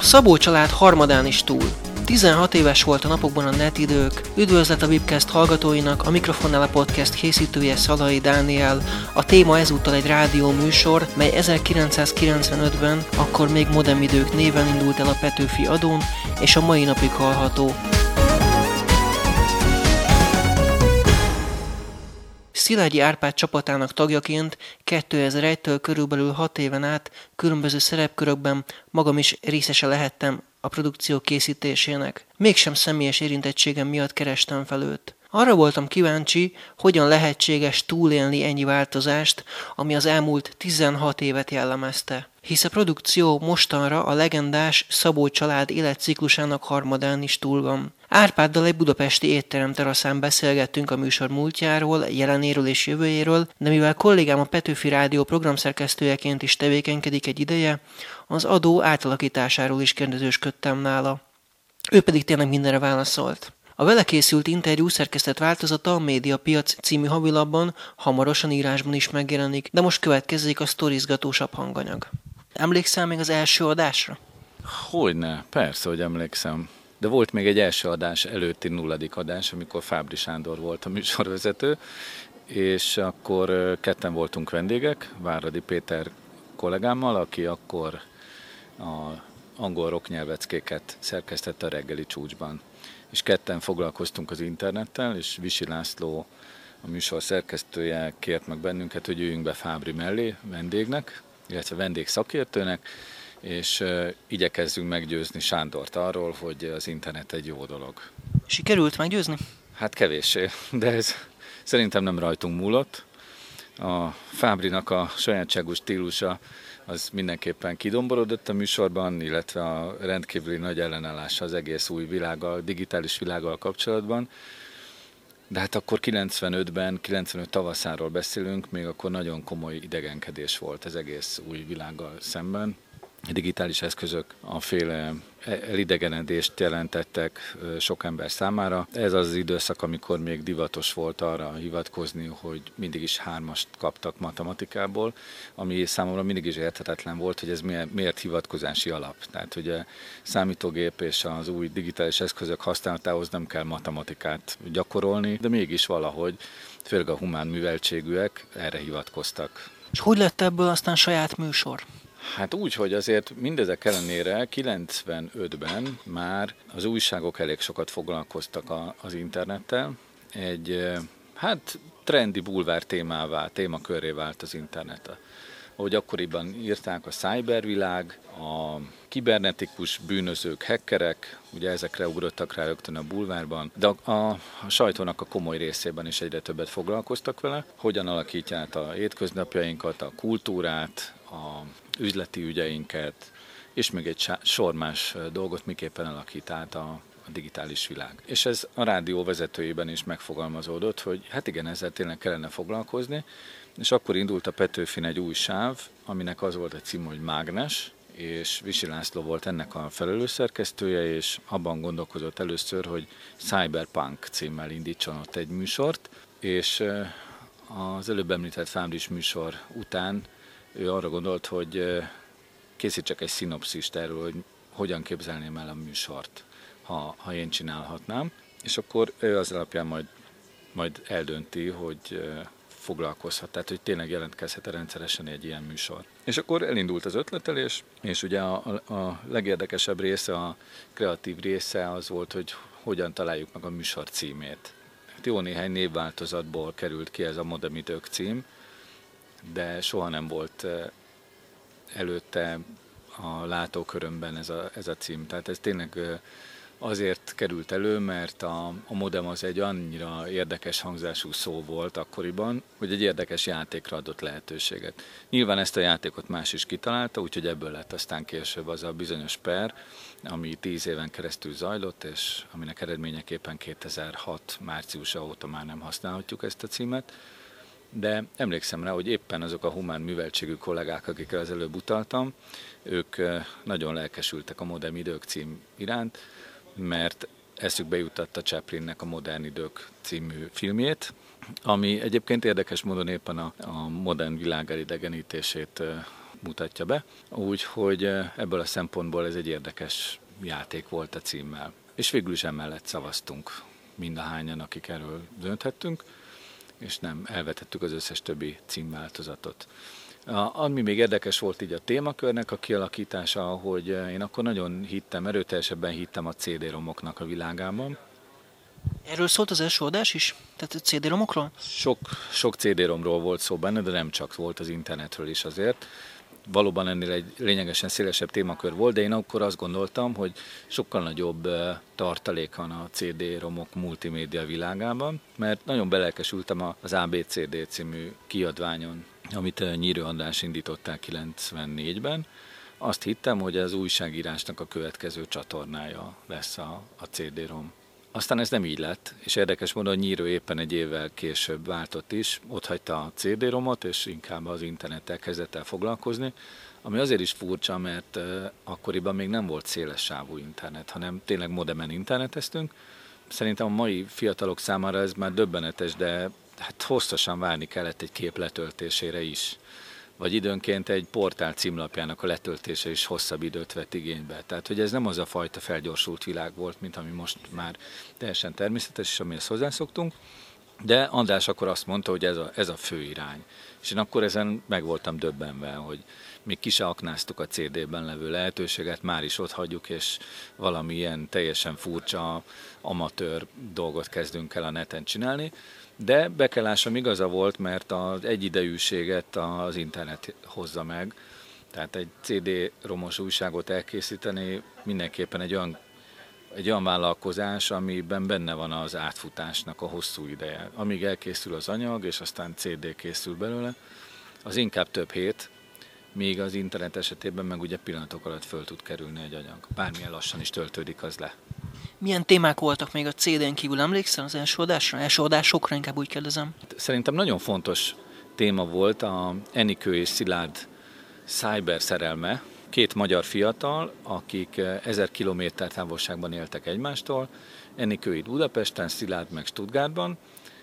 Szabó család harmadán is túl. 16 éves volt a napokban a netidők. Üdvözlet a Webcast hallgatóinak, a mikrofonnál a podcast készítője Szalai Dániel. A téma ezúttal egy rádió műsor, mely 1995-ben, akkor még Modem idők néven indult el a Petőfi Adón, és a mai napig hallható. Szilágyi Árpád csapatának tagjaként 2001-től körülbelül 6 éven át különböző szerepkörökben magam is részese lehettem a produkció készítésének. Mégsem személyes érintettségem miatt kerestem fel őt. Arra voltam kíváncsi, hogyan lehetséges túlélni ennyi változást, ami az elmúlt 16 évet jellemezte. Hisz a produkció mostanra a legendás Szabó család életciklusának harmadán is túl van. Árpáddal egy budapesti étterem teraszán beszélgettünk a műsor múltjáról, jelenéről és jövőjéről, de mivel kollégám a Petőfi Rádió programszerkesztőjeként is tevékenykedik egy ideje, az adó átalakításáról is kérdezősködtem nála. Ő pedig tényleg mindenre válaszolt. A vele készült interjú szerkesztett változata a Médiapiac című havilapban hamarosan írásban is megjelenik, de most következzék a sztorizgatósabb hanganyag. Emlékszel még az első adásra? Hogyne, persze, hogy emlékszem. De volt még egy első adás előtti 0. adás, amikor Fábry Sándor volt a műsorvezető, és akkor ketten voltunk vendégek, Váradi Péter kollégámmal, aki akkor a angol rocknyelveckéket szerkesztette a Reggeli Csúcsban. És ketten foglalkoztunk az internettel, és Visi László, a műsor szerkesztője kért meg bennünket, hogy üljünk be Fábry mellé vendégnek, illetve vendégszakértőnek, és igyekezzünk meggyőzni Sándort arról, hogy az internet egy jó dolog. Sikerült meggyőzni? Hát kevéssé, de ez szerintem nem rajtunk múlott. A Fábrynak a sajátságos stílusa az mindenképpen kidomborodott a műsorban, illetve a rendkívüli nagy ellenállása az egész új világgal, digitális világgal kapcsolatban. De hát akkor 95 tavaszáról beszélünk, még akkor nagyon komoly idegenkedés volt az egész új világgal szemben. A digitális eszközök a féle elidegenedést jelentettek sok ember számára. Ez az időszak, amikor még divatos volt arra hivatkozni, hogy mindig is 3-ast kaptak matematikából, ami számomra mindig is érthetetlen volt, hogy ez miért hivatkozási alap. Tehát ugye számítógép és az új digitális eszközök használatához nem kell matematikát gyakorolni, de mégis valahogy, főleg a humán műveltségűek erre hivatkoztak. És hogy lett ebből aztán saját műsor? Hát úgy, hogy azért mindezek ellenére 95-ben már az újságok elég sokat foglalkoztak az internettel. Egy trendi bulvár témakörré vált az internet. Ahogy akkoriban írták, a cybervilág, a kibernetikus bűnözők, hackerek, ugye ezekre ugrottak rá rögtön a bulvárban, de a sajtónak a komoly részében is egyre többet foglalkoztak vele, hogyan alakítja át a hétköznapjainkat, a kultúrát, a üzleti ügyeinket, és még egy sor más dolgot miképpen alakít át a digitális világ. És ez a rádió vezetőjében is megfogalmazódott, hogy hát igen, ezzel tényleg kellene foglalkozni, és akkor indult a Petőfin egy új sáv, aminek az volt a cím, hogy Mágnes, és Visi László volt ennek a felelős szerkesztője, és abban gondolkozott először, hogy Cyberpunk címmel indítson ott egy műsort, és az előbb említett Fábrys műsor után ő arra gondolt, hogy készítsek egy szinopszist erről, hogy hogyan képzelném el a műsort, ha én csinálhatnám, és akkor ő az alapján majd eldönti, hogy foglalkozhat, tehát hogy tényleg jelentkezhet rendszeresen egy ilyen műsor. És akkor elindult az ötletelés, és ugye a legérdekesebb része, a kreatív része az volt, hogy hogyan találjuk meg a műsor címét. Hát jó néhány névváltozatból került ki ez a Modem idők cím, de soha nem volt előtte a látókörömben ez a cím. Tehát ez tényleg azért került elő, mert a modem az egy annyira érdekes hangzású szó volt akkoriban, hogy egy érdekes játékra adott lehetőséget. Nyilván ezt a játékot más is kitalálta, úgyhogy ebből lett aztán később az a bizonyos per, ami 10 éven keresztül zajlott, és aminek eredményeképpen 2006 márciusa óta már nem használhatjuk ezt a címet. De emlékszem rá, hogy éppen azok a humán műveltségű kollégák, akikre az előbb utaltam, ők nagyon lelkesültek a Modern idők cím iránt, mert eszükbe juttatta Chaplinnek a Modern idők című filmjét, ami egyébként érdekes módon éppen a modern világ elidegenítését mutatja be. Úgyhogy ebből a szempontból ez egy érdekes játék volt a címmel. És végül is emellett szavaztunk mindahányan, akik erről dönthettünk, és nem elvetettük az összes többi címváltozatot. Ami még érdekes volt így a témakörnek a kialakítása, hogy én akkor nagyon erőteljesebben hittem a CD-romoknak a világában. Erről szólt az első adás is? Tehát a CD-romokról? Sok CD-romról volt szó benne, de nem csak, volt az internetről is azért. Valóban ennél egy lényegesen szélesebb témakör volt, de én akkor azt gondoltam, hogy sokkal nagyobb tartalék van a CD-romok multimédia világában, mert nagyon belelkesültem az ABCD című kiadványon, amit Nyírő András indított el 94-ben. Azt hittem, hogy az újságírásnak a következő csatornája lesz a CD-rom. Aztán ez nem így lett, és érdekes módon Nyírő éppen egy évvel később váltott is, otthagyta a CD-romot, és inkább az internettel kezdett el foglalkozni, ami azért is furcsa, mert akkoriban még nem volt széles sávú internet, hanem tényleg modemen interneteztünk. Szerintem a mai fiatalok számára ez már döbbenetes, de hát hosszasan várni kellett egy kép letöltésére is. Vagy időnként egy portál címlapjának a letöltése is hosszabb időt vett igénybe. Tehát, hogy ez nem az a fajta felgyorsult világ volt, mint ami most már teljesen természetes, és amihez hozzászoktunk. De András akkor azt mondta, hogy ez a fő irány. És én akkor ezen meg voltam döbbenve, hogy még ki se aknáztuk a CD-ben levő lehetőséget, már is ott hagyjuk, és valami ilyen teljesen furcsa, amatőr dolgot kezdünk el a neten csinálni. De be kell lássam, igaza volt, mert az egyidejűséget az internet hozza meg. Tehát egy CD-romos újságot elkészíteni mindenképpen egy olyan vállalkozás, amiben benne van az átfutásnak a hosszú ideje. Amíg elkészül az anyag, és aztán CD készül belőle, az inkább több hét, míg az internet esetében meg ugye pillanatok alatt föl tud kerülni egy anyag. Bármilyen lassan is töltődik az le. Milyen témák voltak még a CD-n kívül, emlékszel az első adásra? Első adásokra inkább úgy kérdezem. Szerintem nagyon fontos téma volt a Enikő és Szilárd cyberszerelme. Két magyar fiatal, akik 1000 kilométer távolságban éltek egymástól. Enikő itt Budapesten, Szilárd meg Stuttgartban,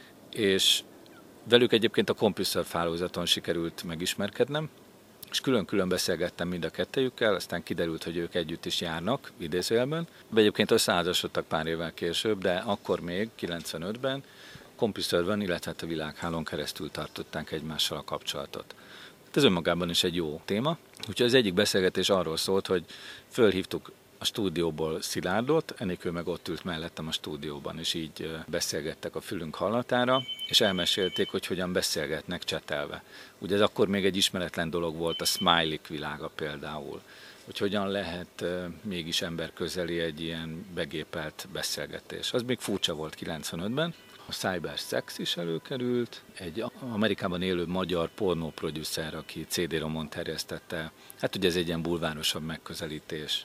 és velük egyébként a CompuServe hálózaton sikerült megismerkednem, és külön-külön beszélgettem mind a kettejükkel, aztán kiderült, hogy ők együtt is járnak, idézőjelben. Egyébként összeházasodtak pár évvel később, de akkor még, 95-ben, CompuServe-en, illetve a világhálón keresztül tartották egymással a kapcsolatot. Ez önmagában is egy jó téma. Úgyhogy az egyik beszélgetés arról szólt, hogy fölhívtuk a stúdióból Szilárdot, Enikő meg ott ült mellettem a stúdióban, és így beszélgettek a fülünk hallatára, és elmesélték, hogy hogyan beszélgetnek csetelve. Ugye ez akkor még egy ismeretlen dolog volt, a smiley világa például, hogy hogyan lehet mégis emberközeli egy ilyen begépelt beszélgetés. Az még furcsa volt 95-ben. A cybersex is előkerült, egy Amerikában élő magyar pornóproducer, aki CD-romon terjesztette. Hát ugye ez egy ilyen bulvárosabb megközelítés.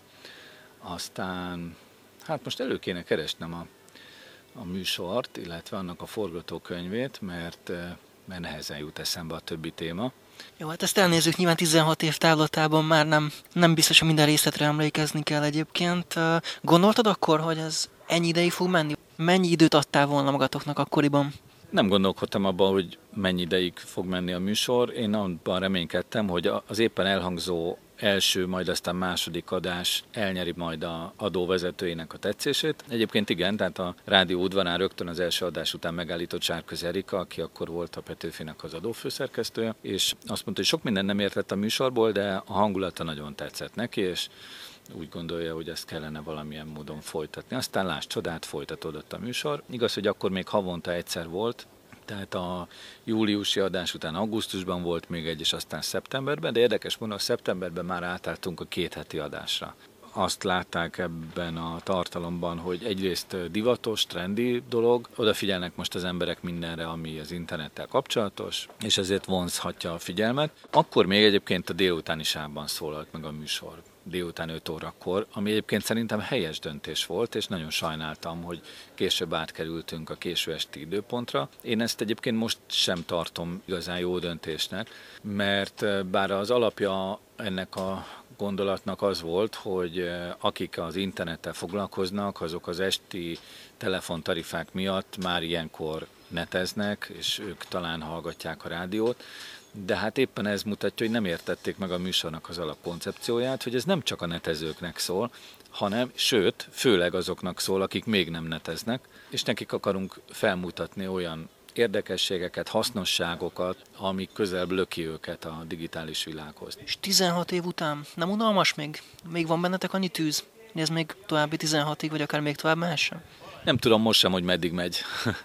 Aztán, hát most elő kéne keresnem a műsort, illetve annak a forgatókönyvét, mert nehezen jut eszembe a többi téma. Jó, hát ezt elnézzük, nyilván 16 év távlatában már nem biztos, hogy minden részletre emlékezni kell egyébként. Gondoltad akkor, hogy ez ennyi ideig fog menni? Mennyi időt adtál volna magatoknak akkoriban? Nem gondolkodtam abban, hogy mennyi ideig fog menni a műsor. Én abban reménykedtem, hogy az éppen elhangzó első, majd aztán második adás elnyeri majd a adóvezetőinek a tetszését. Egyébként igen, tehát a rádió udvarán rögtön az első adás után megállított Sárközi Erika, aki akkor volt a Petőfinek az adófőszerkesztője, és azt mondta, hogy sok minden nem értett a műsorból, de a hangulata nagyon tetszett neki, és úgy gondolja, hogy ezt kellene valamilyen módon folytatni. Aztán láss csodát, folytatódott a műsor. Igaz, hogy akkor még havonta egyszer volt, tehát a júliusi adás után augusztusban volt még egy, és aztán szeptemberben, de érdekes módon, szeptemberben már átálltunk a 2 heti adásra. Azt látták ebben a tartalomban, hogy egyrészt divatos, trendi dolog, odafigyelnek most az emberek mindenre, ami az internettel kapcsolatos, és ezért vonzhatja a figyelmet. Akkor még egyébként a délutáni sávban szólalt meg a műsor, délután 5 órakor, ami egyébként szerintem helyes döntés volt, és nagyon sajnáltam, hogy később átkerültünk a késő esti időpontra. Én ezt egyébként most sem tartom igazán jó döntésnek, mert bár az alapja ennek a gondolatnak az volt, hogy akik az internettel foglalkoznak, azok az esti telefontarifák miatt már ilyenkor neteznek, és ők talán hallgatják a rádiót, de hát éppen ez mutatja, hogy nem értették meg a műsornak az alapkoncepcióját, hogy ez nem csak a netezőknek szól, hanem, sőt, főleg azoknak szól, akik még nem neteznek, és nekik akarunk felmutatni olyan érdekességeket, hasznosságokat, amik közelebb löki őket a digitális világhoz. És 16 év után nem unalmas még? Még van bennetek annyi tűz? Ez még további 16-ig, vagy akár még tovább más sem? Nem tudom most sem, hogy meddig megy.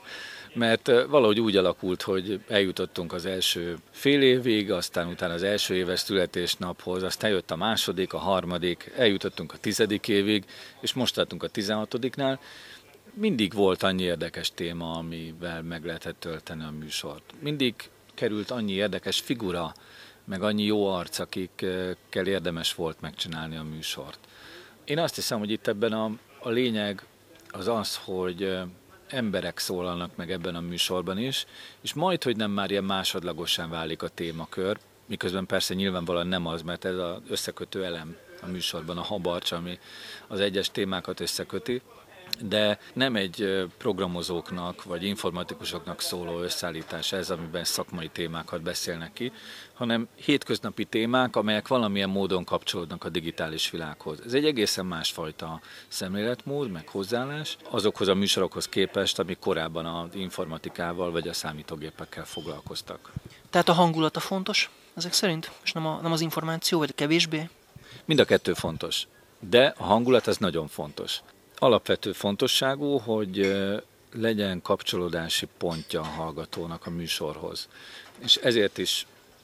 Mert valahogy úgy alakult, hogy eljutottunk az első fél évig, aztán utána az első éves születésnaphoz, aztán jött a második, a harmadik, eljutottunk a 10. évig, és most tartunk a 16-nál. Mindig volt annyi érdekes téma, amivel meg lehetett tölteni a műsort. Mindig került annyi érdekes figura, meg annyi jó arc, akikkel érdemes volt megcsinálni a műsort. Én azt hiszem, hogy itt ebben a lényeg az az, hogy emberek szólalnak meg ebben a műsorban is, és majd, hogy nem már ilyen másodlagosan válik a témakör, miközben persze nyilvánvalóan nem az, mert ez az összekötő elem a műsorban, a habarcs, ami az egyes témákat összeköti, de nem egy programozóknak vagy informatikusoknak szóló összeállítás ez, amiben szakmai témákat beszélnek ki, hanem hétköznapi témák, amelyek valamilyen módon kapcsolódnak a digitális világhoz. Ez egy egészen másfajta szemléletmód, meg hozzáállás azokhoz a műsorokhoz képest, amik korábban az informatikával vagy a számítógépekkel foglalkoztak. Tehát a hangulata fontos ezek szerint? És nem az információ, vagy kevésbé? Mind a kettő fontos, de a hangulat az nagyon fontos. Alapvető fontosságú, hogy legyen kapcsolódási pontja a hallgatónak a műsorhoz. És ezért is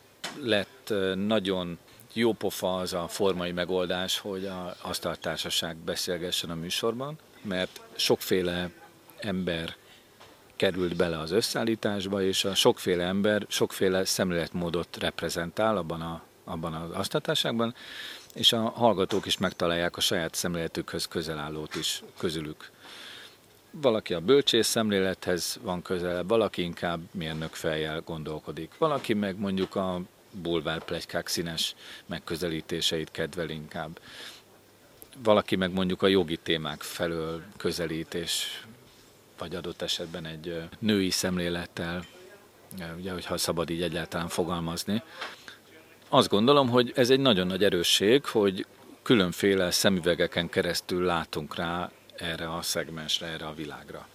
lett nagyon jópofa az a formai megoldás, hogy az asztaltársaság beszélgessen a műsorban, mert sokféle ember került bele az összeállításba, és a sokféle ember sokféle szemléletmódot reprezentál abban az asztaltárságban, és a hallgatók is megtalálják a saját szemléletükhöz közel állót is közülük. Valaki a bölcsész szemlélethez van közelebb, valaki inkább mérnök fejjel gondolkodik. Valaki meg mondjuk a bulvárpletykák színes megközelítéseit kedvel inkább. Valaki meg mondjuk a jogi témák felől közelít, és vagy adott esetben egy női szemlélettel, ugye, hogyha szabad így egyáltalán fogalmazni. Azt gondolom, hogy ez egy nagyon nagy erősség, hogy különféle szemüvegeken keresztül látunk rá erre a szegmensre, erre a világra.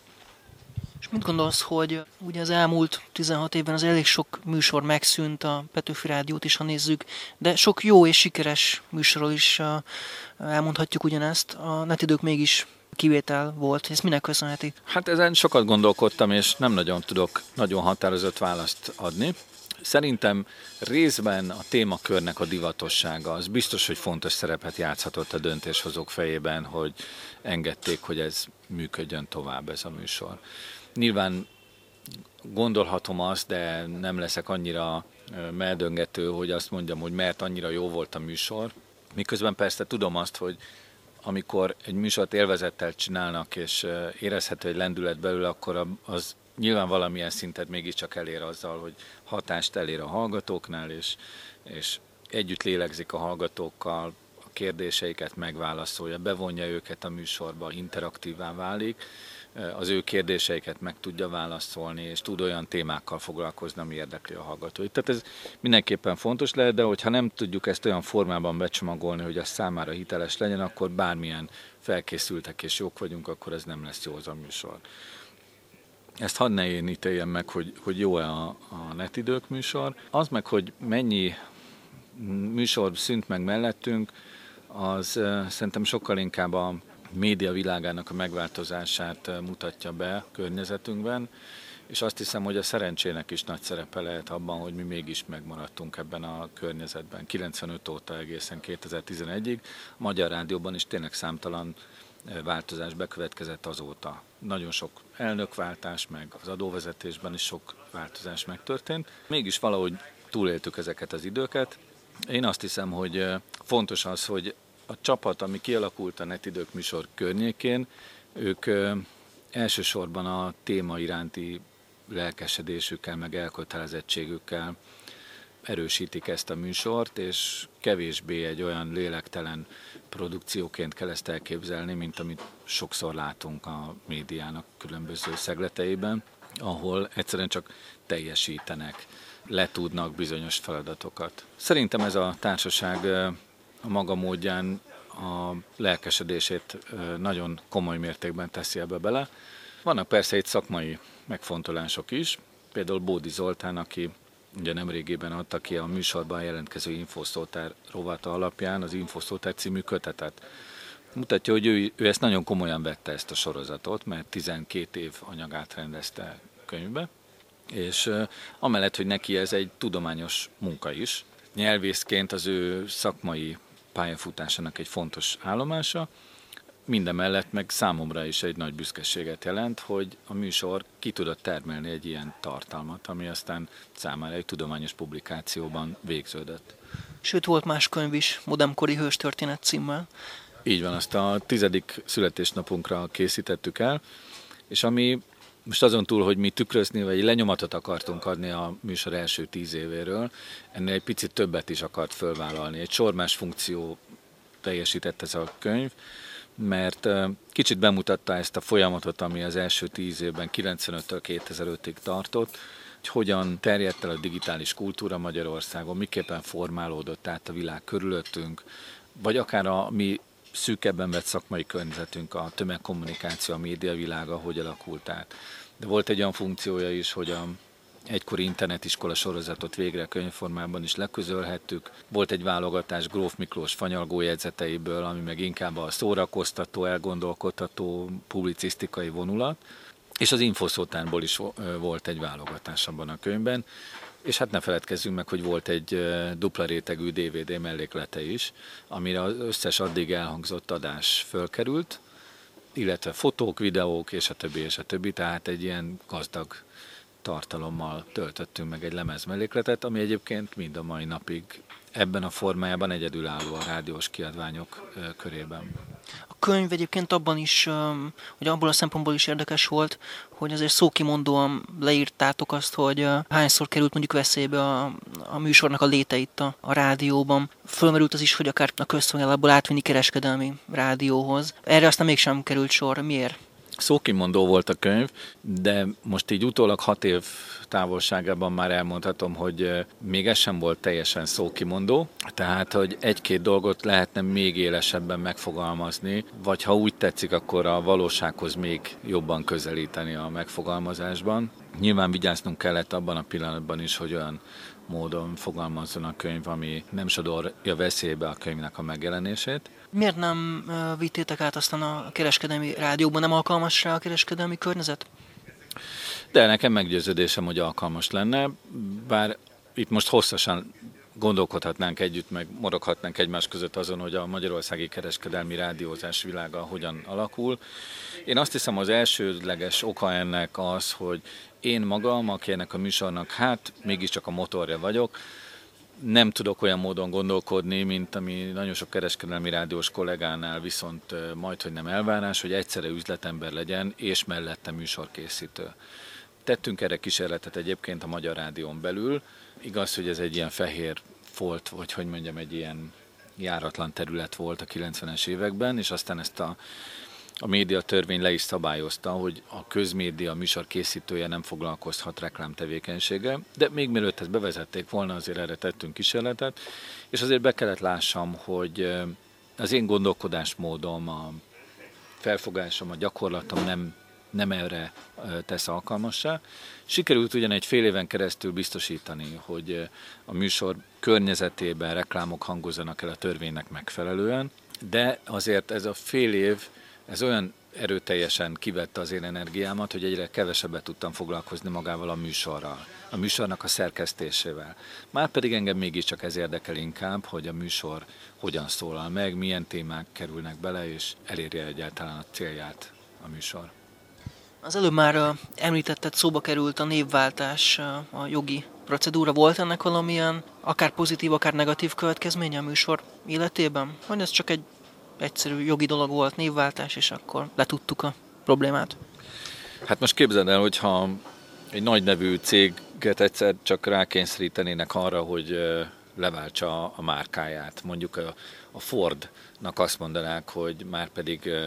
És mit gondolsz, hogy ugye az elmúlt 16 évben az elég sok műsor megszűnt, a Petőfi Rádiót is, ha nézzük, de sok jó és sikeres műsorról is elmondhatjuk ugyanezt. A Netidők mégis kivétel volt. Ez minek köszönheti? Hát ezen sokat gondolkodtam, és nem nagyon tudok nagyon határozott választ adni. Szerintem részben a témakörnek a divatossága az biztos, hogy fontos szerepet játszhatott a döntéshozók fejében, hogy engedték, hogy ez működjön tovább ez a műsor. Nyilván gondolhatom azt, de nem leszek annyira meldöngető, hogy azt mondjam, hogy mert annyira jó volt a műsor. Miközben persze tudom azt, hogy amikor egy műsort élvezettel csinálnak, és érezhető egy lendület belőle, akkor az nyilván valamilyen szintet mégiscsak elér azzal, hogy hatást elér a hallgatóknál, és együtt lélegzik a hallgatókkal, a kérdéseiket megválaszolja, bevonja őket a műsorba, interaktívvá válik, az ő kérdéseiket meg tudja válaszolni, és tud olyan témákkal foglalkozni, ami érdekli a hallgatóit. Tehát ez mindenképpen fontos lehet, de hogyha nem tudjuk ezt olyan formában becsomagolni, hogy az számára hiteles legyen, akkor bármilyen felkészültek és jók vagyunk, akkor ez nem lesz jó az a műsor. Ezt hadd ne én ítéljem meg, hogy jó-e a Netidők műsor. Az meg, hogy mennyi műsor szűnt meg mellettünk, az szerintem sokkal inkább a média világának a megváltozását mutatja be környezetünkben, és azt hiszem, hogy a szerencsének is nagy szerepe lehet abban, hogy mi mégis megmaradtunk ebben a környezetben. 95 óta egészen 2011-ig a Magyar Rádióban is tényleg számtalan változás bekövetkezett azóta. Nagyon sok elnökváltás, meg az adóvezetésben is sok változás megtörtént. Mégis valahogy túléltük ezeket az időket. Én azt hiszem, hogy fontos az, hogy a csapat, ami kialakult a Netidők műsor környékén, ők elsősorban a téma iránti lelkesedésükkel, meg elkötelezettségükkel erősítik ezt a műsort, és kevésbé egy olyan lélektelen produkcióként kell ezt elképzelni, mint amit sokszor látunk a médiának különböző szegleteiben, ahol egyszerűen csak teljesítenek. letudnak bizonyos feladatokat. Szerintem ez a társaság a maga módján a lelkesedését nagyon komoly mértékben teszi ebbe bele. Vannak persze itt szakmai megfontolások is, például Bódi Zoltán, aki ugye nemrégében adta ki a műsorban jelentkező Infoszótár rovata alapján az Infoszótár című kötetet. Mutatja, hogy ő ezt nagyon komolyan vette, ezt a sorozatot, mert 12 év anyagát rendezte könyvbe, és amellett, hogy neki ez egy tudományos munka is, nyelvészként az ő szakmai pályafutásának egy fontos állomása, mindemellett meg számomra is egy nagy büszkeséget jelent, hogy a műsor ki tudott termelni egy ilyen tartalmat, ami aztán számára egy tudományos publikációban végződött. Sőt, volt más könyv is, Modemkori hőstörténet címmel. Így van, azt a 10. születésnapunkra készítettük el, és ami most azon túl, hogy mi tükrözni, vagy lenyomatot akartunk adni a műsor első 10 évéről, ennél egy picit többet is akart fölvállalni. Egy sormás funkció teljesített ez a könyv, mert kicsit bemutatta ezt a folyamatot, ami az első 10 évben, 95-től 2005-ig tartott, hogy hogyan terjedt el a digitális kultúra Magyarországon, miképpen formálódott át a világ körülöttünk, vagy akár a mi szűkebben vett szakmai környezetünk, a tömegkommunikáció, a médiavilága, hogy alakult át. De volt egy olyan funkciója is, hogy a egykori internetiskola sorozatot végre könyvformában is leközölhettük. Volt egy válogatás Gróf Miklós fanyalgó jegyzeteiből, ami meg inkább a szórakoztató, elgondolkodtató, publicisztikai vonulat. És az Infoszótárból is volt egy válogatás abban a könyvben. És hát ne feledkezzünk meg, hogy volt egy dupla rétegű DVD melléklete is, amire az összes addig elhangzott adás fölkerült, illetve fotók, videók, és a többi, tehát egy ilyen gazdag tartalommal töltöttünk meg egy lemez mellékletet, ami egyébként mind a mai napig ebben a formájában egyedülálló a rádiós kiadványok körében. A könyv egyébként abban is, hogy abból a szempontból is érdekes volt, hogy azért szókimondóan leírtátok azt, hogy hányszor került mondjuk veszélybe a műsornak a léte itt a rádióban. Fölmerült az is, hogy akár a közszolgálatból átvinni kereskedelmi rádióhoz. Erre aztán mégsem került sor. Miért? Szókimondó volt a könyv, de most így utólag 6 év távolságában már elmondhatom, hogy még ez sem volt teljesen szókimondó, tehát, hogy egy-két dolgot lehetne még élesebben megfogalmazni, vagy ha úgy tetszik, akkor a valósághoz még jobban közelíteni a megfogalmazásban. Nyilván vigyáznunk kellett abban a pillanatban is, hogy olyan módon fogalmazzon a könyv, ami nem sodorja veszélybe a könyvnek a megjelenését. Miért nem vittétek át aztán a kereskedelmi rádióban? Nem alkalmas rá a kereskedelmi környezet? De nekem meggyőződésem, hogy alkalmas lenne, bár itt most hosszasan gondolkodhatnánk együtt, meg moroghatnánk egymás között azon, hogy a magyarországi kereskedelmi rádiózás világa hogyan alakul. Én azt hiszem, az elsődleges oka ennek az, hogy én magam, aki ennek a műsornak mégiscsak a motorja vagyok, nem tudok olyan módon gondolkodni, mint ami nagyon sok kereskedelmi rádiós kollégánál viszont majdhogy nem elvárás, hogy egyszerre üzletember legyen, és mellette műsorkészítő. Tettünk erre kísérletet egyébként a Magyar Rádión belül. Igaz, hogy ez egy ilyen fehér folt, vagy hogy mondjam, egy ilyen járatlan terület volt a 90-es években, és aztán ezt a médiatörvény le is szabályozta, hogy a közmédia műsor készítője nem foglalkozhat reklámtevékenységgel, de még mielőtt ezt bevezették volna, azért erre tettünk kísérletet, és azért be kellett lássam, hogy az én gondolkodásmódom, a felfogásom, a gyakorlatom nem erre tesz alkalmassá. Sikerült ugyan egy fél éven keresztül biztosítani, hogy a műsor környezetében reklámok hangozzanak el a törvénynek megfelelően, de azért ez a fél év, ez olyan erőteljesen kivette az én energiámat, hogy egyre kevesebbet tudtam foglalkozni magával a műsorral, a műsornak a szerkesztésével. Márpedig engem mégiscsak ez érdekel inkább, hogy a műsor hogyan szólal meg, milyen témák kerülnek bele, és elérje egyáltalán a célját a műsor. Az előbb már említetted, szóba került a névváltás, a jogi procedúra. Volt ennek valamilyen, akár pozitív, akár negatív következménye a műsor életében? Vagy ez csak egy egyszerű jogi dolog volt, névváltás, és akkor letudtuk a problémát? Hát most képzeld el, hogyha egy nagy nevű céget egyszer csak rákényszerítenének arra, hogy leváltsa a márkáját. Mondjuk a Fordnak azt mondanák, hogy már pedig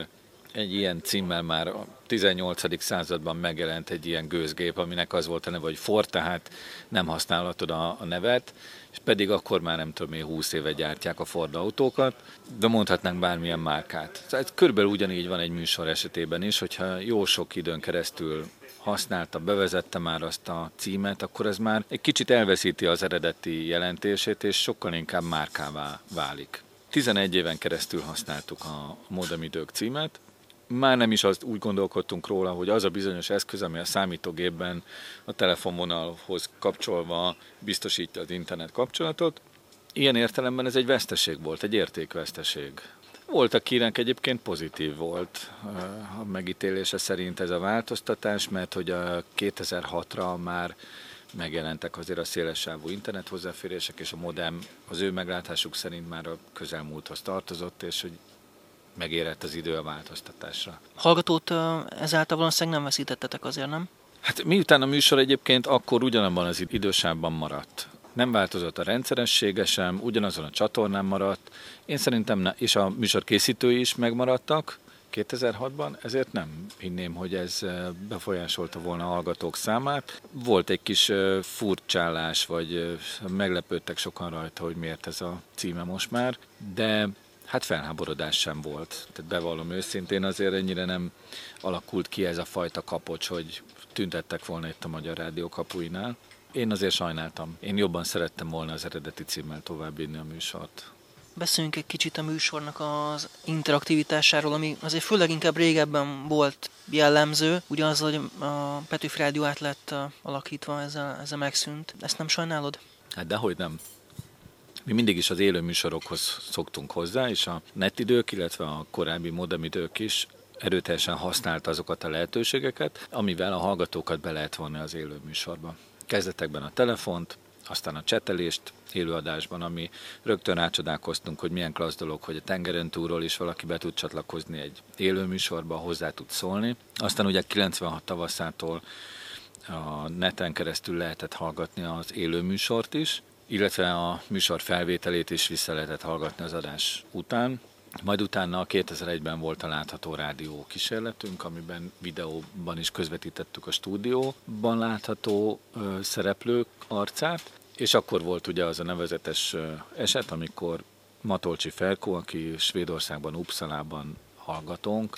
Egy ilyen címmel már a 18. században megjelent egy ilyen gőzgép, aminek az volt a neve, hogy Ford, tehát nem használhatod a nevet, és pedig akkor már nem tudom én 20 éve gyártják a Ford autókat, de mondhatnánk bármilyen márkát. Tehát körülbelül ugyanígy van egy műsor esetében is, hogyha jó sok időn keresztül használta, bevezette már azt a címet, akkor ez már egy kicsit elveszíti az eredeti jelentését, és sokkal inkább márkává válik. 11 éven keresztül használtuk a Modemidők címet, már nem is azt úgy gondolkodtunk róla, hogy az a bizonyos eszköz, ami a számítógépben a telefonvonalhoz kapcsolva biztosítja az internet kapcsolatot. Ilyen értelemben ez egy veszteség volt, egy értékveszteség. Volt, akinek egyébként pozitív volt a megítélése szerint ez a változtatás, mert hogy a 2006-ra már megjelentek azért a szélessávú internet hozzáférések, és a modem az ő meglátásuk szerint már a közelmúlthoz tartozott, és hogy megérett az idő a változtatásra. Hallgatót ezáltal valószínűleg nem veszítettetek azért, nem? Hát miután a műsor egyébként akkor ugyanabban az idősávban maradt. Nem változott a rendszeressége sem, ugyanazon a csatornán maradt. Én szerintem, és a műsor készítői is megmaradtak 2006-ban, ezért nem hinném, hogy ez befolyásolta volna a hallgatók számát. Volt egy kis furcsálás, vagy meglepődtek sokan rajta, hogy miért ez a címe most már, de hát felháborodás sem volt. Tehát bevallom őszintén, azért ennyire nem alakult ki ez a fajta kapocs, hogy tüntettek volna itt a Magyar Rádió kapuinál. Én azért sajnáltam. Én jobban szerettem volna az eredeti címmel továbbvinni a műsort. Beszéljünk egy kicsit a műsornak az interaktivitásáról, ami azért főleg inkább régebben volt jellemző. Ugyanaz, hogy a Petőfi Rádió át lett alakítva, ezzel megszűnt. Ezt nem sajnálod? Hát dehogy nem. Mi mindig is az élő műsorokhoz szoktunk hozzá, és a netidők, illetve a korábbi modemidők is erőteljesen használta azokat a lehetőségeket, amivel a hallgatókat be lehet vonni az élő műsorba. Kezdetekben a telefont, aztán a csetelést élőadásban, ami rögtön rácsodálkoztunk, hogy milyen klassz dolog, hogy a tengeren túlról is valaki be tud csatlakozni egy élő műsorba, hozzá tud szólni. Aztán ugye 96 tavaszától a neten keresztül lehetett hallgatni az élő műsort is, illetve a műsor felvételét is vissza lehetett hallgatni az adás után. Majd utána 2001-ben volt a látható rádió kísérletünk, amiben videóban is közvetítettük a stúdióban látható szereplők arcát, és akkor volt ugye az a nevezetes eset, amikor Matolcsi Ferkó, aki Svédországban, Uppsalában hallgatónk,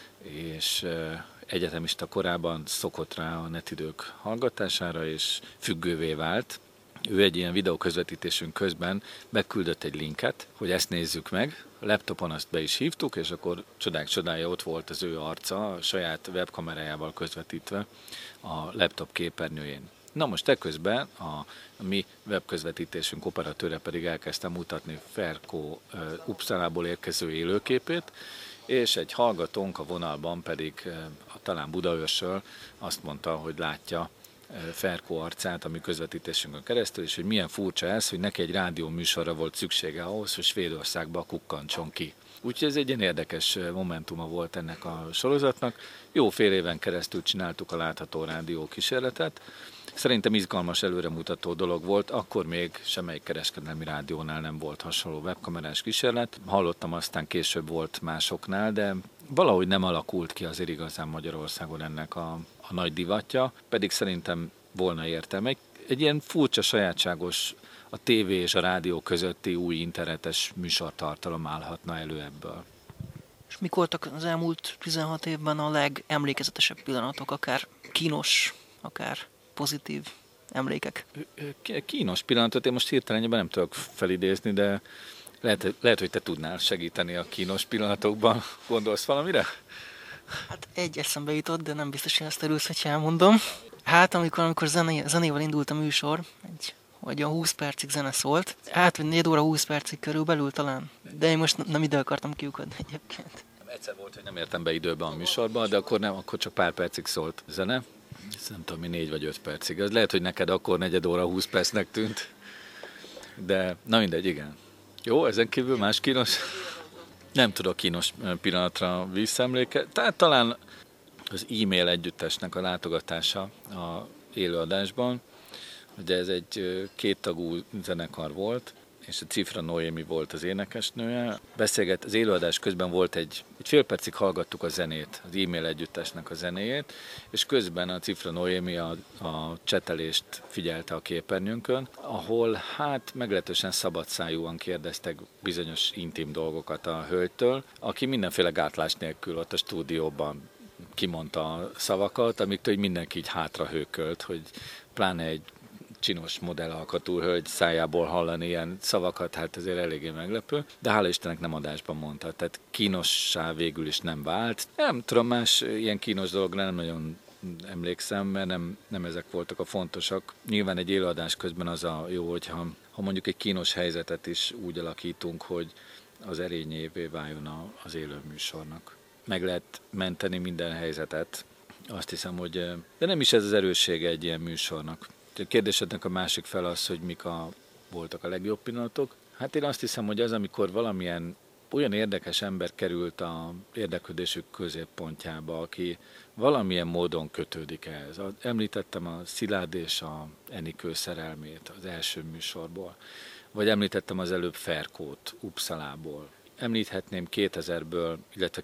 és egyetemista korában szokott rá a netidők hallgatására, és függővé vált. Ő egy ilyen videóközvetítésünk közben beküldött egy linket, hogy ezt nézzük meg. A laptopon azt be is hívtuk, és akkor csodák csodája, ott volt az ő arca, a saját webkamerájával közvetítve a laptop képernyőjén. Na most ekközben a mi webközvetítésünk operatőre pedig elkezdte mutatni Ferkó Uppsalából érkező élőképét, és egy hallgatónk a vonalban pedig talán Budaörsről azt mondta, hogy látja Ferkó arcát a mi közvetítésünkön keresztül, és hogy milyen furcsa ez, hogy neki egy rádió műsorra volt szüksége ahhoz, hogy Svédországba kukkantson ki. Úgyhogy ez egy ilyen érdekes momentuma volt ennek a sorozatnak. Jó fél éven keresztül csináltuk a látható rádió kísérletet. Szerintem izgalmas, előremutató dolog volt, akkor még semmelyik kereskedelmi rádiónál nem volt hasonló webkamerás kísérlet. Hallottam, aztán később volt másoknál, de valahogy nem alakult ki azért igazán Magyarországon ennek a nagy divatja, pedig szerintem volna értelme. Egy ilyen furcsa, sajátságos, a tévé és a rádió közötti új internetes műsortartalom állhatna elő ebből. És mik voltak az elmúlt 16 évben a legemlékezetesebb pillanatok, akár kínos, akár pozitív emlékek? Kínos pillanatot én most hirtelen nem tudok felidézni, de lehet, hogy te tudnál segíteni a kínos pillanatokban. Gondolsz valamire? Hát egy eszembe jutott, de nem biztos, hogy ezt örülsz, hogy elmondom. Hát amikor zenével indult a műsor, vagy a 20 percig zene szólt, hát 4 óra 20 percig körülbelül talán, de én most nem ide akartam kiukadni egyébként. Egyszer volt, hogy nem értem be időben a műsorba, de akkor csak pár percig szólt zene. Ez nem tudom, 4 vagy 5 percig. Ez lehet, hogy neked akkor 4 óra 20 percnek tűnt. De na mindegy, igen. Jó, ezen kívül más kínos? Nem tudok kínos pillanatra visszaemlékezni. Tehát talán az e-mail együttesnek a látogatása a élőadásban. Ugye ez egy kéttagú zenekar volt, és a Cifra Noémi volt az énekesnője. Beszélget, az élőadás közben volt egy fél percig hallgattuk a zenét, az e-mail együttesnek a zenéjét, és közben a Cifra Noémi a csetelést figyelte a képernyőnkön, ahol hát meglehetősen szabadszájúan kérdeztek bizonyos intim dolgokat a hölgytől, aki mindenféle gátlás nélkül ott a stúdióban kimondta a szavakat, amiktől mindenki így hátra hőkölt, hogy pláne egy csinos modellalkatú hölgy szájából hallani ilyen szavakat, hát ezért eléggé meglepő, de hála Istennek nem adásban mondta, tehát kínossá végül is nem vált. Nem tudom, más ilyen kínos dologra nem nagyon emlékszem, mert nem ezek voltak a fontosak. Nyilván egy élőadás közben az a jó, hogyha mondjuk egy kínos helyzetet is úgy alakítunk, hogy az erényévé váljon az élő műsornak. Meg lehet menteni minden helyzetet. Azt hiszem, hogy... De nem is ez az erőssége egy ilyen műsornak. A kérdésednek a másik fel az, hogy mik voltak a legjobb pillanatok. Hát én azt hiszem, hogy az, amikor valamilyen olyan érdekes ember került a érdeklődésük középpontjába, aki valamilyen módon kötődik ehhez. Említettem a Szilárd és a Enikő szerelmét az első műsorból, vagy említettem az előbb Ferkót Uppsalából. Említhetném 2000-ből, illetve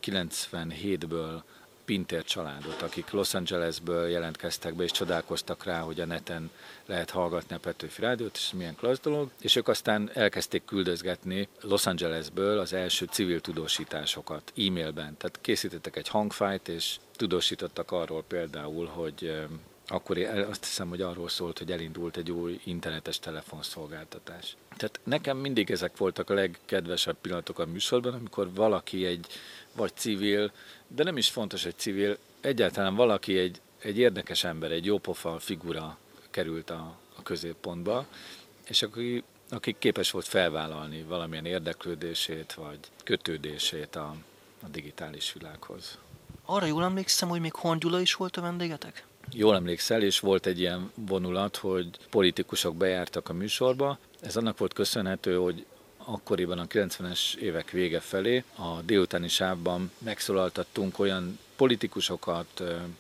97-ből Pintér családot, akik Los Angelesből jelentkeztek be, és csodálkoztak rá, hogy a neten lehet hallgatni a Petőfi Rádiót, és milyen klassz dolog. És ők aztán elkezdték küldözgetni Los Angelesből az első civil tudósításokat e-mailben. Tehát készítettek egy hangfájlt, és tudósítottak arról például, hogy akkor azt hiszem, hogy arról szólt, hogy elindult egy új internetes telefonszolgáltatás. Tehát nekem mindig ezek voltak a legkedvesebb pillanatok a műsorban, amikor valaki vagy civil, de nem is fontos, hogy civil, egyáltalán valaki egy érdekes ember, egy jópofa figura került a középpontba, és aki képes volt felvállalni valamilyen érdeklődését, vagy kötődését a digitális világhoz. Arra jól emlékszem, hogy még Horn Gyula is volt a vendégetek? Jól emlékszel, és volt egy ilyen vonulat, hogy politikusok bejártak a műsorba. Ez annak volt köszönhető, hogy akkoriban a 90-es évek vége felé a délutáni sávban megszólaltattunk olyan politikusokat,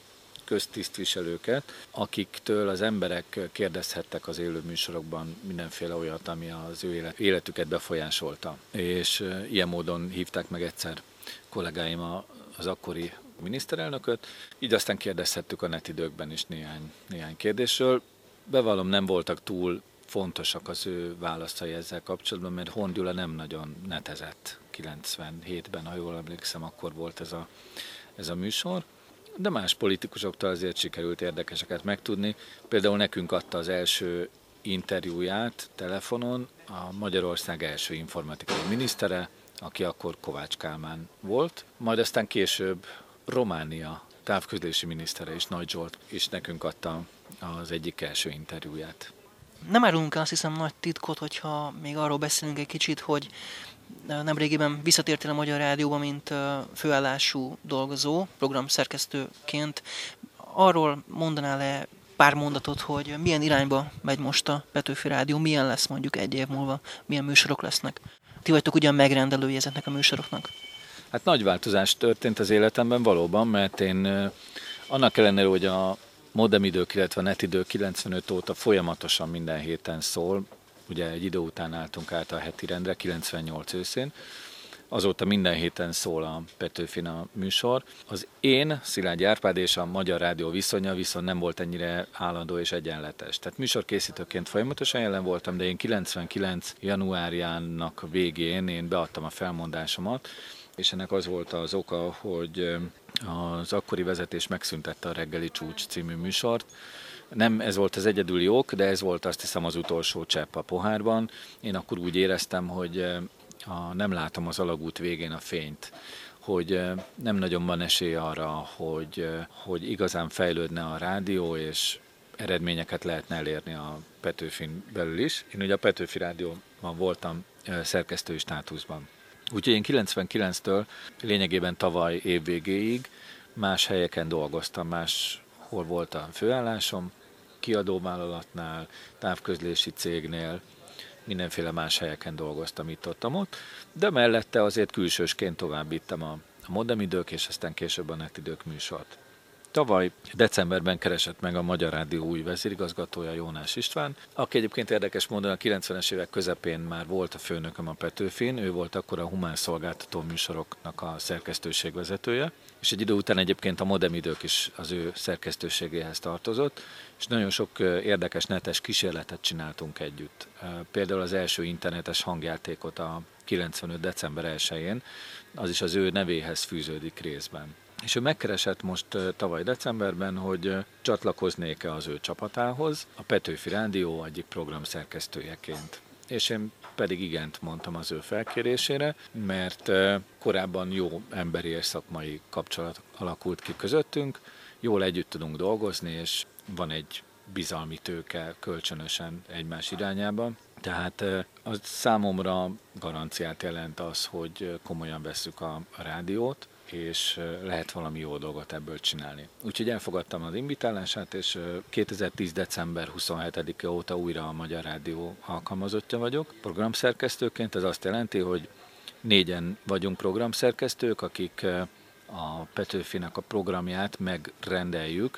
köztisztviselőket, akiktől az emberek kérdezhettek az élő műsorokban mindenféle olyat, ami az ő életüket befolyásolta. És ilyen módon hívták meg egyszer kollégáim az akkori miniszterelnököt, így aztán kérdezhettük a netidőkben is néhány kérdésről. Bevallom, nem voltak túl fontosak az ő válaszai ezzel kapcsolatban, mert Horn Gyula nem nagyon netezett 97-ben, ha jól emlékszem, akkor volt ez a műsor. De más politikusoktól azért sikerült érdekeseket megtudni. Például nekünk adta az első interjúját telefonon a Magyarország első informatikai minisztere, aki akkor Kovács Kálmán volt. Majd aztán később Románia távközlési minisztere is, Nagy Zsolt is nekünk adta az egyik első interjúját. Nem árulunk el, azt hiszem, nagy titkot, hogyha még arról beszélünk egy kicsit, hogy nemrégiben visszatértél a Magyar Rádióba, mint főállású dolgozó, programszerkesztőként. Arról mondanál-e pár mondatot, hogy milyen irányba megy most a Petőfi Rádió, milyen lesz mondjuk egy év múlva, milyen műsorok lesznek? Ti vagytok ugyan megrendelői ezeknek a műsoroknak? Hát nagy változás történt az életemben valóban, mert én annak ellenére, hogy a modemidők, illetve a netidő 95 óta folyamatosan minden héten szól, ugye egy idő után álltunk át a heti rendre, 98 őszén, azóta minden héten szól a Petőfin a műsor. Az én, Szilágyi Árpád és a Magyar Rádió viszonya viszont nem volt ennyire állandó és egyenletes. Tehát műsorkészítőként folyamatosan jelen voltam, de én 99. januárjának végén én beadtam a felmondásomat, és ennek az volt az oka, hogy az akkori vezetés megszüntette a Reggeli Csúcs című műsort. Nem ez volt az egyedüli ok, de ez volt azt hiszem az utolsó csepp a pohárban. Én akkor úgy éreztem, hogy nem látom az alagút végén a fényt, hogy nem nagyon van esély arra, hogy igazán fejlődne a rádió, és eredményeket lehetne elérni a Petőfin belül is. Én ugye a Petőfi Rádióban voltam szerkesztői státuszban. Úgyhogy én 99-től lényegében tavaly év végéig más helyeken dolgoztam, máshol volt a főállásom, kiadóvállalatnál, távközlési cégnél, mindenféle más helyeken dolgoztam itt-ott, de mellette azért külsősként továbbíttam a modemidők, és aztán később a netidők műsort. Tavaly decemberben keresett meg a Magyar Rádió új vezérigazgatója, Jónás István, aki egyébként érdekes módon a 90-es évek közepén már volt a főnököm a Petőfin, ő volt akkor a humán szolgáltató műsoroknak a szerkesztőségvezetője, és egy idő után egyébként a Modem Idők is az ő szerkesztőségéhez tartozott, és nagyon sok érdekes netes kísérletet csináltunk együtt. Például az első internetes hangjátékot a 95. december 1-én, az is az ő nevéhez fűződik részben. És ő megkeresett most tavaly decemberben, hogy csatlakoznék-e az ő csapatához a Petőfi Rádió egyik programszerkesztőjeként. És én pedig igent mondtam az ő felkérésére, mert korábban jó emberi és szakmai kapcsolat alakult ki közöttünk, jól együtt tudunk dolgozni, és van egy bizalmi tőke kölcsönösen egymás irányába. Tehát az számomra garanciát jelent az, hogy komolyan vesszük a rádiót, és lehet valami jó dolgot ebből csinálni. Úgyhogy elfogadtam az invitálását, és 2010. december 27-e óta újra a Magyar Rádió alkalmazottja vagyok. Programszerkesztőként ez azt jelenti, hogy 4-en vagyunk programszerkesztők, akik a Petőfinek a programját megrendeljük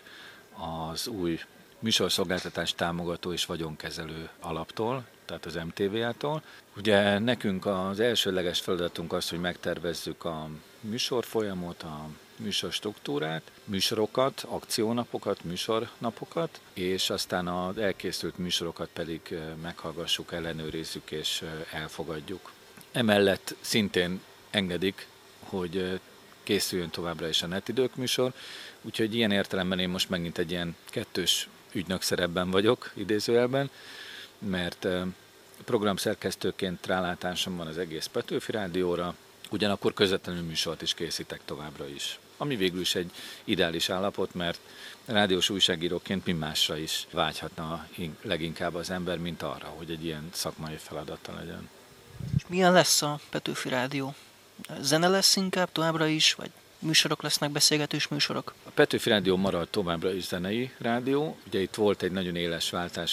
az új műsorszolgáltatás támogató és vagyonkezelő alaptól, tehát az MTV-tól. Ugye nekünk az elsődleges feladatunk az, hogy megtervezzük a műsorfolyamot, a műsorstruktúrát, műsorokat, akciónapokat, műsornapokat, és aztán az elkészült műsorokat pedig meghallgassuk, ellenőrizzük és elfogadjuk. Emellett szintén engedik, hogy készüljön továbbra is a Netidők műsor, úgyhogy ilyen értelemben én most megint egy ilyen kettős ügynök szerepben vagyok, idézőjelben, mert programszerkesztőként rálátásom van az egész Petőfi Rádióra, ugyanakkor közvetlenül műsort is készítek továbbra is. Ami végül is egy ideális állapot, mert rádiós újságíróként mi másra is vágyhatna leginkább az ember, mint arra, hogy egy ilyen szakmai feladata legyen. És milyen lesz a Petőfi Rádió? Zene lesz inkább továbbra is, vagy műsorok lesznek, beszélgetős műsorok? A Petőfi Rádió marad továbbra is zenei rádió. Ugye itt volt egy nagyon éles váltás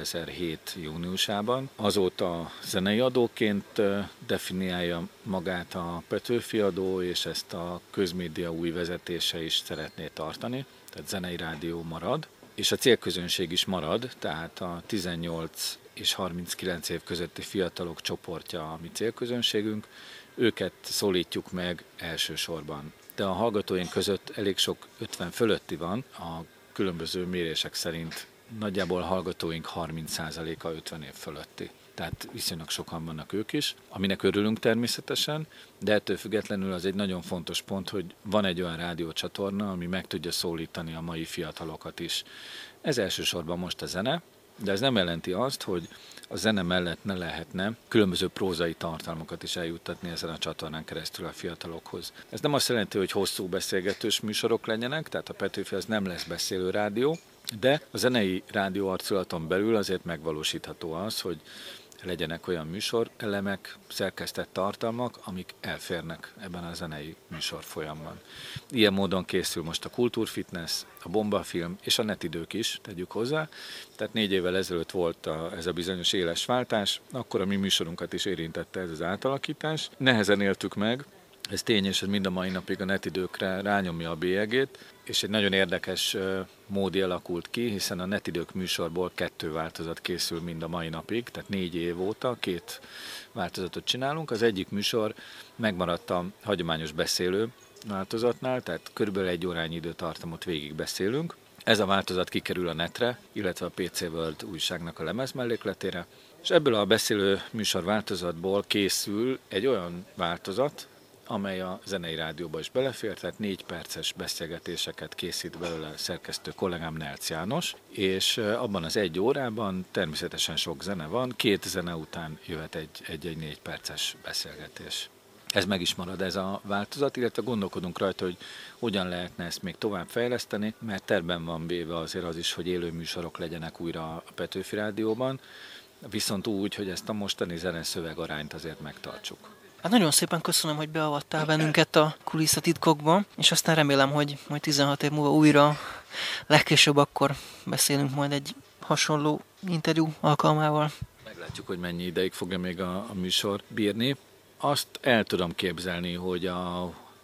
2007. júniusában. Azóta zenei adóként definiálja magát a Petőfi adó, és ezt a közmédia új vezetése is szeretné tartani. Tehát zenei rádió marad, és a célközönség is marad, tehát a 18 és 39 év közötti fiatalok csoportja a mi célközönségünk. Őket szólítjuk meg elsősorban. De a hallgatóink között elég sok 50 fölötti van, a különböző mérések szerint nagyjából hallgatóink 30%-a 50 év fölötti. Tehát viszonylag sokan vannak ők is, aminek örülünk természetesen, de ettől függetlenül az egy nagyon fontos pont, hogy van egy olyan rádiócsatorna, ami meg tudja szólítani a mai fiatalokat is. Ez elsősorban most a zene, de ez nem jelenti azt, hogy a zene mellett ne lehetne különböző prózai tartalmakat is eljuttatni ezen a csatornán keresztül a fiatalokhoz. Ez nem azt jelenti, hogy hosszú beszélgetős műsorok legyenek, tehát a Petőfi az nem lesz beszélő rádió, de a zenei rádió arculaton belül azért megvalósítható az, hogy legyenek olyan műsorelemek, szerkesztett tartalmak, amik elférnek ebben a zenei műsorfolyamban. Ilyen módon készül most a Kultúrfitness, a Bombafilm és a Netidők is, tegyük hozzá. Tehát 4 évvel ezelőtt volt ez a bizonyos éles váltás, akkor a mi műsorunkat is érintette ez az átalakítás. Nehezen éltük meg, ez tény, és mind a mai napig a Netidőkre rányomja a bélyegét, és egy nagyon érdekes módi alakult ki, hiszen a Netidők műsorból 2 változat készül mind a mai napig, tehát 4 év óta 2 változatot csinálunk. Az egyik műsor megmaradt a hagyományos beszélő változatnál, tehát körülbelül 1 órányi időtartamot végig beszélünk. Ez a változat kikerül a netre, illetve a PC World újságnak a lemezmellékletére, és ebből a beszélő műsor változatból készül egy olyan változat, amely a zenei rádióba is belefér, tehát 4 perces beszélgetéseket készít belőle szerkesztő kollégám Nelc János, és abban az 1 órában természetesen sok zene van, 2 zene után jöhet egy 4 perces beszélgetés. Ez meg is marad ez a változat, illetve gondolkodunk rajta, hogy hogyan lehetne ezt még tovább fejleszteni, mert tervben van véve azért az is, hogy élő műsorok legyenek újra a Petőfi Rádióban, viszont úgy, hogy ezt a mostani zeneszöveg arányt azért megtartsuk. Hát nagyon szépen köszönöm, hogy beavattál bennünket a kulisszatitkokba, és aztán remélem, hogy majd 16 év múlva újra, legkésőbb akkor beszélünk majd egy hasonló interjú alkalmával. Meglátjuk, hogy mennyi ideig fogja még a műsor bírni. Azt el tudom képzelni, hogy a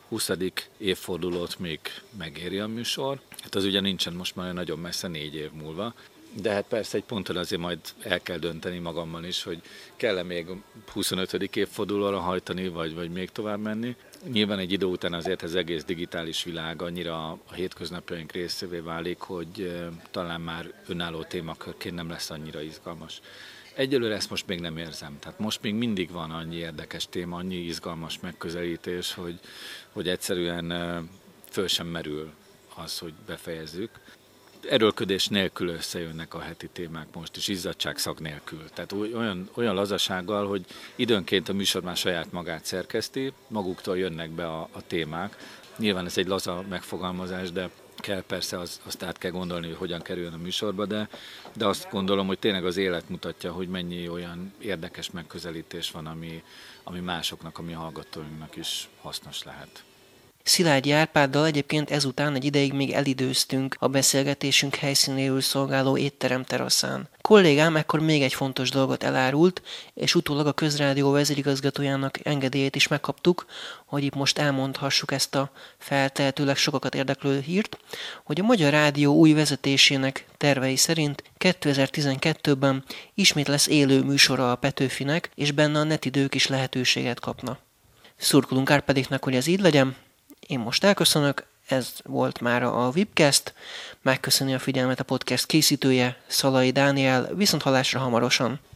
20. évfordulót még megéri a műsor. Hát az ugye nincsen most már nagyon messze, 4 év múlva. De hát persze egy ponton azért majd el kell dönteni magammal is, hogy kell-e még 25. évfordulóra hajtani, vagy még tovább menni. Nyilván egy idő után azért az egész digitális világ annyira a hétköznapjaink részévé válik, hogy talán már önálló témakörként nem lesz annyira izgalmas. Egyelőre ezt most még nem érzem. Tehát most még mindig van annyi érdekes téma, annyi izgalmas megközelítés, hogy egyszerűen föl sem merül az, hogy befejezzük. Erőlködés nélkül összejönnek a heti témák most is, izzadságszag nélkül. Tehát olyan lazasággal, hogy időnként a műsor már saját magát szerkeszti, maguktól jönnek be a témák. Nyilván ez egy laza megfogalmazás, de kell persze azt át kell gondolni, hogy hogyan kerüljön a műsorba, de azt gondolom, hogy tényleg az élet mutatja, hogy mennyi olyan érdekes megközelítés van, ami másoknak, ami a hallgatóinknak is hasznos lehet. Szilágyi Árpáddal egyébként ezután egy ideig még elidőztünk a beszélgetésünk helyszínéül szolgáló étterem teraszán. Kollégám ekkor még egy fontos dolgot elárult, és utólag a Közrádió vezérigazgatójának engedélyét is megkaptuk, hogy itt most elmondhassuk ezt a feltehetőleg sokakat érdeklő hírt, hogy a Magyar Rádió új vezetésének tervei szerint 2012-ben ismét lesz élő műsora a Petőfinek, és benne a netidők is lehetőséget kapna. Szurkolunk Árpádéknak, hogy ez így legyen. Én most elköszönök, ez volt mára a Webcast, megköszöni a figyelmet a podcast készítője, Szalai Dániel, viszont hallásra hamarosan.